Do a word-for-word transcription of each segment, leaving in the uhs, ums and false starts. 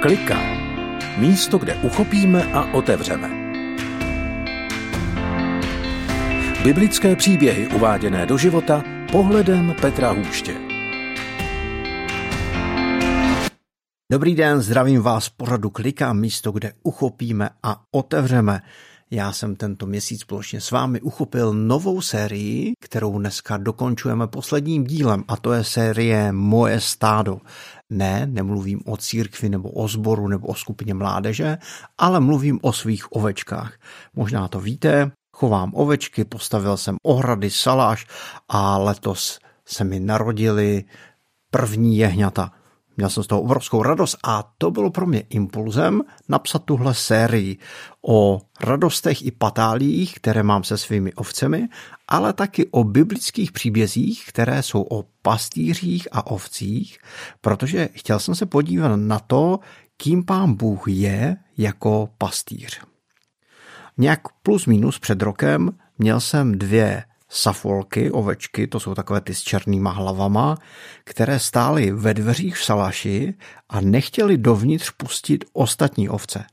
Klika. Místo, kde uchopíme a otevřeme. Biblické příběhy uváděné do života pohledem Petra Hůště. Dobrý den, zdravím vás z pořadu Klika, místo, kde uchopíme a otevřeme. Já jsem tento měsíc společně s vámi uchopil novou sérii, kterou dneska dokončujeme posledním dílem, a to je série Moje stádo. Ne, nemluvím o církvi nebo o sboru nebo o skupině mládeže, ale mluvím o svých ovečkách. Možná to víte, chovám ovečky, postavil jsem ohrady, saláš a letos se mi narodili první jehňata. Měl jsem z toho obrovskou radost a to bylo pro mě impulzem napsat tuhle sérii o radostech i patálích, které mám se svými ovcemi, ale taky o biblických příbězích, které jsou o pastýřích a ovcích, protože chtěl jsem se podívat na to, kým Pán Bůh je jako pastýř. Nějak plus minus před rokem měl jsem dvě safolky, ovečky, to jsou takové ty s černýma hlavama, které stály ve dveřích v salaši a nechtěli dovnitř pustit ostatní ovce.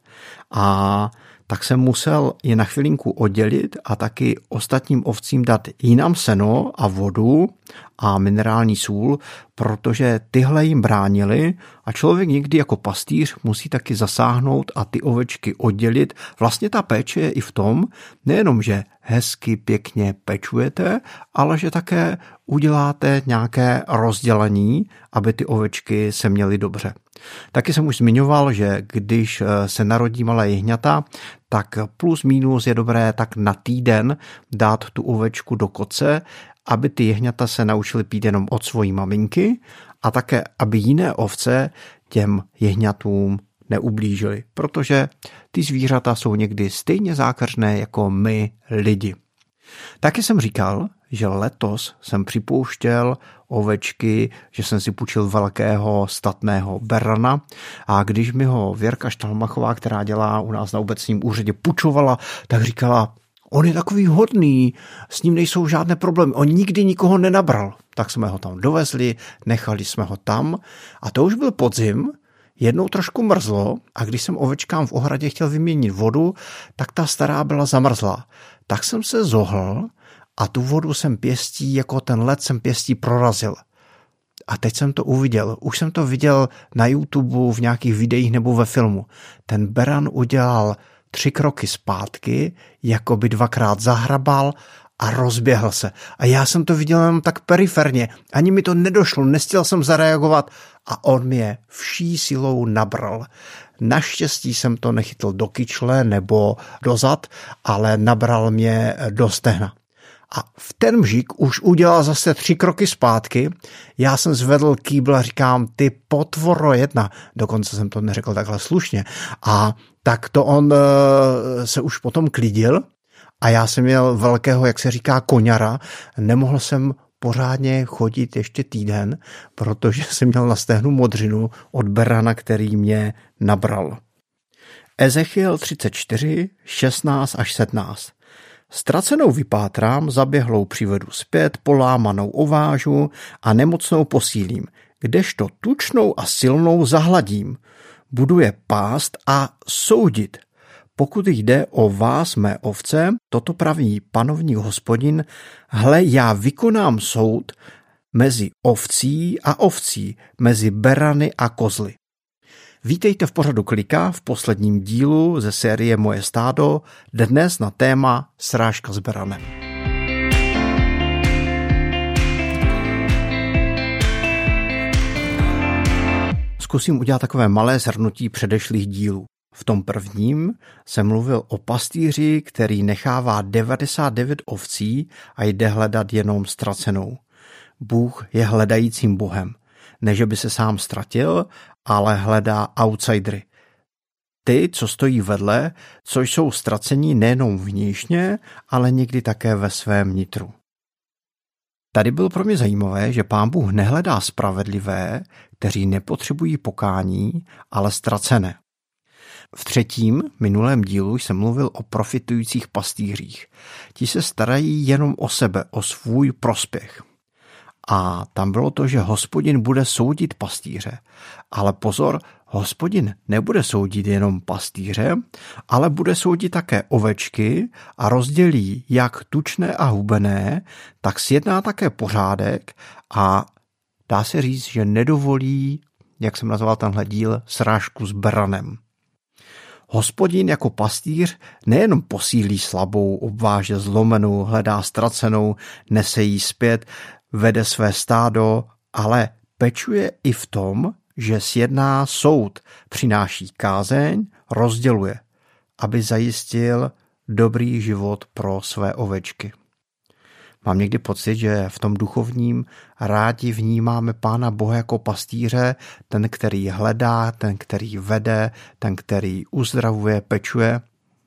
A tak jsem musel je na chvilinku oddělit a taky ostatním ovcím dát jinam seno a vodu a minerální sůl, protože tyhle jim bránili a člověk někdy jako pastýř musí taky zasáhnout a ty ovečky oddělit. Vlastně ta péče je i v tom, nejenom, že hezky, pěkně pečujete, ale že také uděláte nějaké rozdělení, aby ty ovečky se měly dobře. Taky jsem už zmiňoval, že když se narodí malé jehňata, tak plus minus je dobré tak na týden dát tu ovečku do koce, aby ty jehňata se naučily pít jenom od svojí maminky a také, aby jiné ovce těm jehňatům neublížily, protože ty zvířata jsou někdy stejně zákeřné jako my lidi. Taky jsem říkal, že letos jsem připouštěl ovečky, že jsem si půjčil velkého statného berana a když mi ho Věrka Štalmachová, která dělá u nás na obecním úřadě, půjčovala, tak říkala, on je takový hodný, s ním nejsou žádné problémy, on nikdy nikoho nenabral. Tak jsme ho tam dovezli, nechali jsme ho tam a to už byl podzim. Jednou trošku mrzlo a když jsem ovečkám v ohradě chtěl vyměnit vodu, tak ta stará byla zamrzlá. Tak jsem se zohl a tu vodu jsem pěstí, jako ten led jsem pěstí prorazil. A teď jsem to uviděl. Už jsem to viděl na YouTube, v nějakých videích nebo ve filmu. Ten beran udělal tři kroky zpátky, jako by dvakrát zahrabal a rozběhl se. A já jsem to viděl jenom tak periferně. Ani mi to nedošlo, nestihl jsem zareagovat a on mě vší silou nabral. Naštěstí jsem to nechytl do kyčle nebo do zad, ale nabral mě do stehna. A v ten mžík už udělal zase tři kroky zpátky. Já jsem zvedl kýbl a říkám, ty potvoro jedna. Dokonce jsem to neřekl takhle slušně. A tak to on se už potom klidil. A já jsem měl velkého, jak se říká, koňara. Nemohl jsem pořádně chodit ještě týden, protože jsem měl na stehnu modřinu od berana, který mě nabral. Ezechiel třicet čtyři, šestnáct až sedmnáct. Ztracenou vypátrám, zaběhlou přivedu zpět, polámanou ovážu a nemocnou posílím, kdežto tučnou a silnou zahladím. Budu je pást a soudit. Pokud jde o vás, mé ovce, toto praví panovník Hospodin, hle, já vykonám soud mezi ovcí a ovcí, mezi berany a kozly. Vítejte v pořadu Klika v posledním dílu ze série Moje stádo, dnes na téma srážka s beranem. Zkusím udělat takové malé shrnutí předešlých dílů. V tom prvním jsem mluvil o pastýři, který nechává devadesát devět ovcí a jde hledat jenom ztracenou. Bůh je hledajícím Bohem. Ne, že by se sám ztratil, ale hledá outsidery. Ty, co stojí vedle, co jsou ztracení nejenom vnějšně, ale někdy také ve svém nitru. Tady bylo pro mě zajímavé, že Pán Bůh nehledá spravedlivé, kteří nepotřebují pokání, ale ztracené. V třetím, minulém dílu jsem mluvil o profitujících pastýřích. Ti se starají jenom o sebe, o svůj prospěch. A tam bylo to, že Hospodin bude soudit pastýře. Ale pozor, Hospodin nebude soudit jenom pastýře, ale bude soudit také ovečky a rozdělí jak tučné a hubené, tak sjedná také pořádek a dá se říct, že nedovolí, jak jsem nazval tenhle díl, srážku s beranem. Hospodin jako pastýř nejenom posílí slabou, obváže zlomenou, hledá ztracenou, nese jí zpět, vede své stádo, ale pečuje i v tom, že sjedná soud, přináší kázeň, rozděluje, aby zajistil dobrý život pro své ovečky. Mám někdy pocit, že v tom duchovním rádi vnímáme Pána Boha jako pastýře, ten, který hledá, ten, který vede, ten, který uzdravuje, pečuje.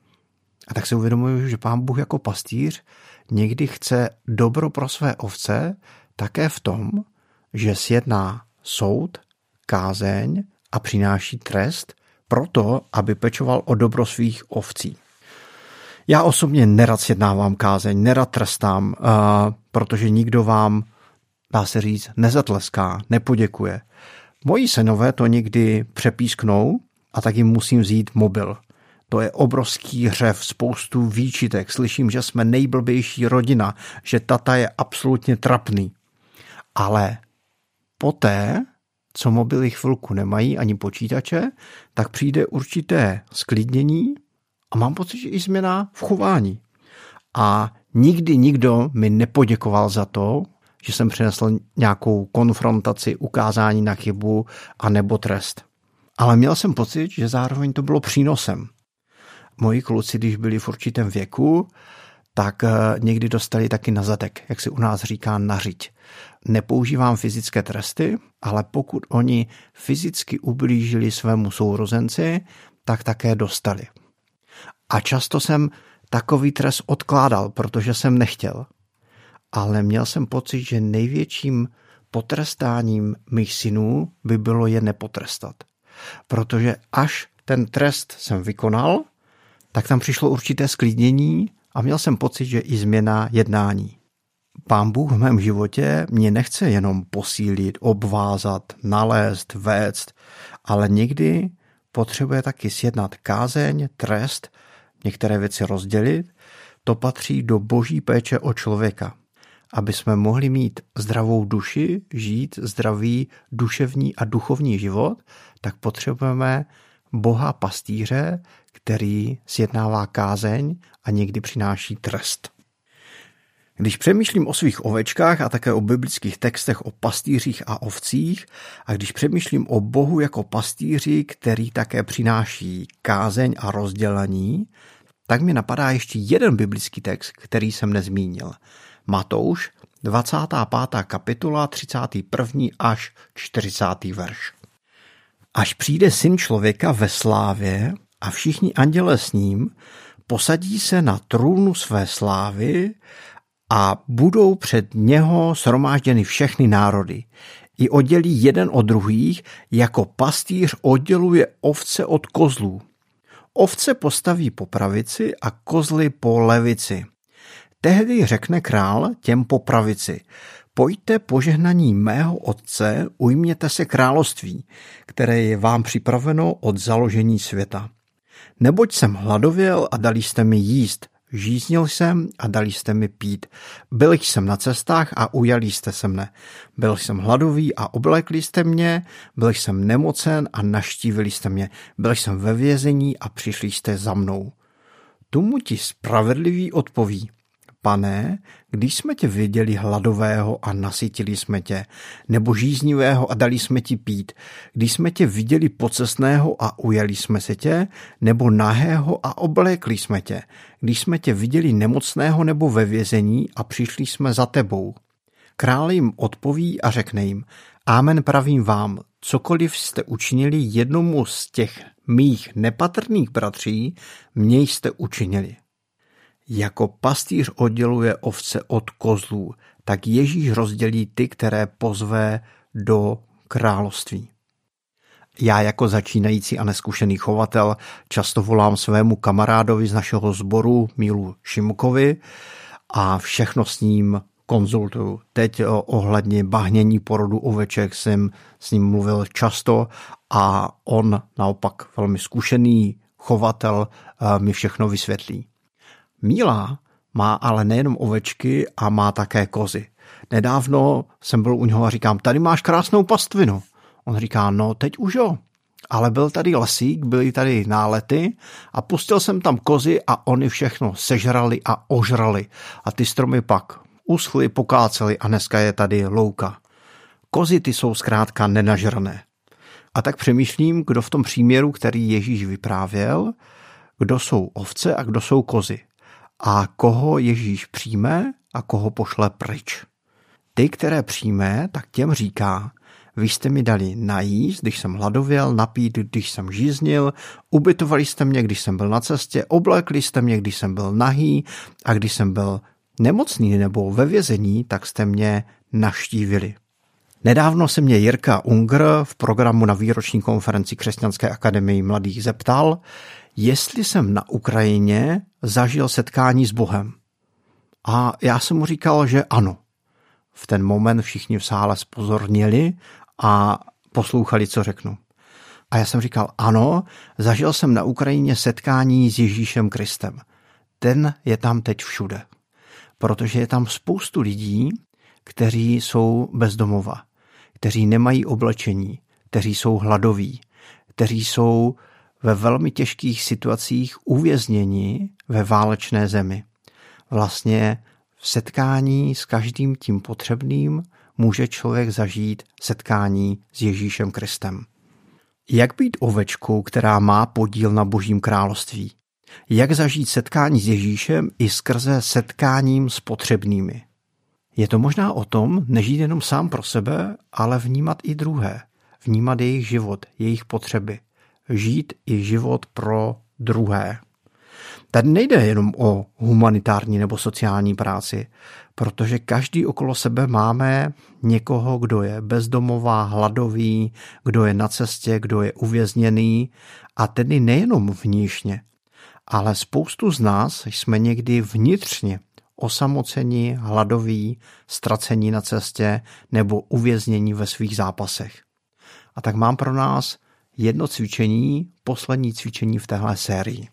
A tak si uvědomuji, že Pán Bůh jako pastýř někdy chce dobro pro své ovce také v tom, že sjedná soud, kázeň a přináší trest proto, aby pečoval o dobro svých ovcí. Já osobně nerad sjednávám kázeň, nerad trestám, uh, protože nikdo vám, dá se říct, nezatleská, nepoděkuje. Moji synové to někdy přepísknou a tak jim musím vzít mobil. To je obrovský hřev, spoustu výčitek. Slyším, že jsme nejblbější rodina, že tata je absolutně trapný. Ale poté, co mobily chvilku nemají ani počítače, tak přijde určité sklidnění a mám pocit, že i změna v chování. A nikdy nikdo mi nepoděkoval za to, že jsem přinesl nějakou konfrontaci, ukázání na chybu a nebo trest. Ale měl jsem pocit, že zároveň to bylo přínosem. Moji kluci, když byli v určitém věku, tak někdy dostali taky na zadek, jak se u nás říká nařiď. Nepoužívám fyzické tresty, ale pokud oni fyzicky ublížili svému sourozenci, tak také dostali. A často jsem takový trest odkládal, protože jsem nechtěl. Ale měl jsem pocit, že největším potrestáním mých synů by bylo je nepotrestat. Protože až ten trest jsem vykonal, tak tam přišlo určité sklidnění a měl jsem pocit, že i změna jednání. Pán Bůh v mém životě mě nechce jenom posílit, obvázat, nalézt, vést, ale někdy potřebuje taky sjednat kázeň, trest, některé věci rozdělit. To patří do boží péče o člověka. Aby jsme mohli mít zdravou duši, žít zdravý duševní a duchovní život, tak potřebujeme Boha pastýře, který sjednává kázeň a někdy přináší trest. Když přemýšlím o svých ovečkách a také o biblických textech o pastýřích a ovcích a když přemýšlím o Bohu jako pastýři, který také přináší kázeň a rozdělení, tak mi napadá ještě jeden biblický text, který jsem nezmínil. Matouš, dvacátá pátá kapitola, třicátý první až čtyřicátý verš. Až přijde Syn člověka ve slávě a všichni andělé s ním, posadí se na trůnu své slávy a budou před něho shromážděny všechny národy. I oddělí jeden od druhých, jako pastýř odděluje ovce od kozlů. Ovce postaví po pravici a kozly po levici. Tehdy řekne král těm po pravici: pojďte požehnaní mého otce, ujměte se království, které je vám připraveno od založení světa. Neboť jsem hladověl a dali jste mi jíst, žíznil jsem a dali jste mi pít. Byl jsem na cestách a ujali jste se mne. Byl jsem hladový a oblékli jste mě, byl jsem nemocen a navštívili jste mě. Byl jsem ve vězení a přišli jste za mnou. Tomu ti spravedlivý odpoví: Pane, když jsme tě viděli hladového a nasytili jsme tě, nebo žíznivého a dali jsme ti pít, když jsme tě viděli pocestného a ujali jsme se tě, nebo nahého a oblékli jsme tě, když jsme tě viděli nemocného nebo ve vězení a přišli jsme za tebou. Král jim odpoví a řekne jim: Amen, pravím vám, cokoliv jste učinili jednomu z těch mých nepatrných bratří, mně jste učinili. Jako pastýř odděluje ovce od kozlů, tak Ježíš rozdělí ty, které pozve do království. Já jako začínající a neskušený chovatel často volám svému kamarádovi z našeho sboru, Mílu Šimkovi, a všechno s ním konzultuju. Teď ohledně bahnění porodu oveček jsem s ním mluvil často a on naopak velmi zkušený chovatel mi všechno vysvětlí. Míla má ale nejenom ovečky a má také kozy. Nedávno jsem byl u něho a říkám, tady máš krásnou pastvinu. On říká, no teď už jo. Ale byl tady lesík, byly tady nálety a pustil jsem tam kozy a oni všechno sežrali a ožrali. A ty stromy pak uschly, pokácely a dneska je tady louka. Kozy ty jsou zkrátka nenažrané. A tak přemýšlím, kdo v tom příměru, který Ježíš vyprávěl, kdo jsou ovce a kdo jsou kozy. A koho Ježíš přijme a koho pošle pryč. Ty, které přijme, tak těm říká, vy jste mi dali najíst, když jsem hladověl, napít, když jsem žíznil, ubytovali jste mě, když jsem byl na cestě, oblékli jste mě, když jsem byl nahý a když jsem byl nemocný nebo ve vězení, tak jste mě navštívili. Nedávno se mě Jirka Ungr v programu na výroční konferenci Křesťanské akademie mladých zeptal, jestli jsem na Ukrajině zažil setkání s Bohem. A já jsem mu říkal, že ano. V ten moment všichni v sále zpozorněli a poslouchali, co řeknu. A já jsem říkal, ano, zažil jsem na Ukrajině setkání s Ježíšem Kristem. Ten je tam teď všude. Protože je tam spoustu lidí, kteří jsou bezdomova, kteří nemají oblečení, kteří jsou hladoví, kteří jsou ve velmi těžkých situacích uvězněni ve válečné zemi. Vlastně v setkání s každým tím potřebným může člověk zažít setkání s Ježíšem Kristem. Jak být ovečkou, která má podíl na Božím království? Jak zažít setkání s Ježíšem i skrze setkáním s potřebnými? Je to možná o tom, nežít jenom sám pro sebe, ale vnímat i druhé. Vnímat jejich život, jejich potřeby. Žít i život pro druhé. Tady nejde jenom o humanitární nebo sociální práci, protože každý okolo sebe máme někoho, kdo je bezdomová, hladový, kdo je na cestě, kdo je uvězněný a tedy nejenom vnitřně, ale spoustu z nás jsme někdy vnitřně osamoceni, hladoví, ztracení na cestě nebo uvěznění ve svých zápasech. A tak mám pro nás jedno cvičení, poslední cvičení v téhle sérii.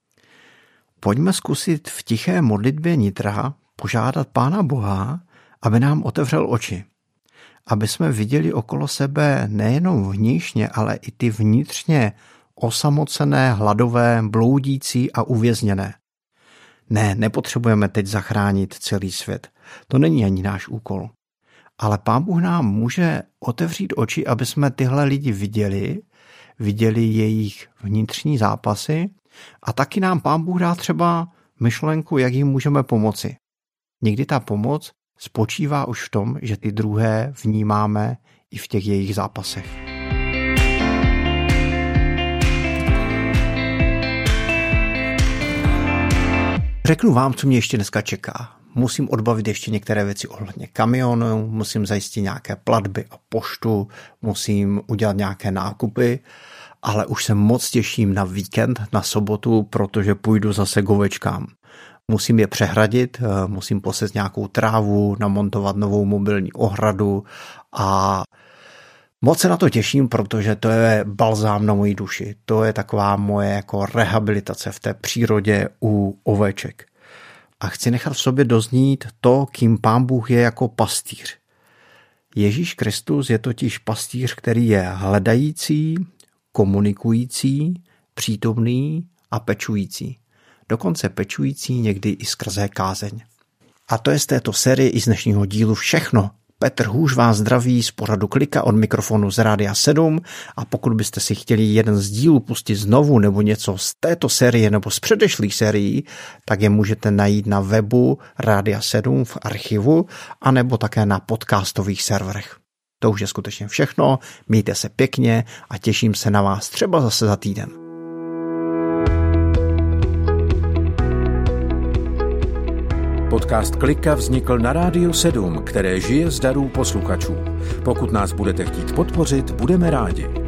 Pojďme zkusit v tiché modlitbě nitra požádat Pána Boha, aby nám otevřel oči. Aby jsme viděli okolo sebe nejenom vnitřně, ale i ty vnitřně osamocené, hladové, bloudící a uvězněné. Ne, nepotřebujeme teď zachránit celý svět. To není ani náš úkol. Ale Pán Bůh nám může otevřít oči, aby jsme tyhle lidi viděli, viděli jejich vnitřní zápasy a taky nám Pán Bůh dá třeba myšlenku, jak jim můžeme pomoci. Někdy ta pomoc spočívá už v tom, že ty druhé vnímáme i v těch jejich zápasech. Řeknu vám, co mě ještě dneska čeká. Musím odbavit ještě některé věci ohledně kamionu, musím zajistit nějaké platby a poštu, musím udělat nějaké nákupy, ale už se moc těším na víkend, na sobotu, protože půjdu zase k ovečkám. Musím je přehradit, musím posést nějakou trávu, namontovat novou mobilní ohradu a moc se na to těším, protože to je balzám na moji duši. To je taková moje jako rehabilitace v té přírodě u oveček. A chci nechat v sobě doznít to, kým Pán Bůh je jako pastýř. Ježíš Kristus je totiž pastýř, který je hledající, komunikující, přítomný a pečující. Dokonce pečující někdy i skrze kázeň. A to je z této série i z dnešního dílu všechno. Petr Hůž vás zdraví z pořadu Klika od mikrofonu z Rádia sedm a pokud byste si chtěli jeden z dílů pustit znovu nebo něco z této série nebo z předešlých sérií, tak je můžete najít na webu Rádia sedm v archivu anebo také na podcastových serverech. To už je skutečně všechno, mějte se pěkně a těším se na vás třeba zase za týden. Podcast Klika vznikl na Rádiu sedm, které žije z darů posluchačů. Pokud nás budete chtít podpořit, budeme rádi.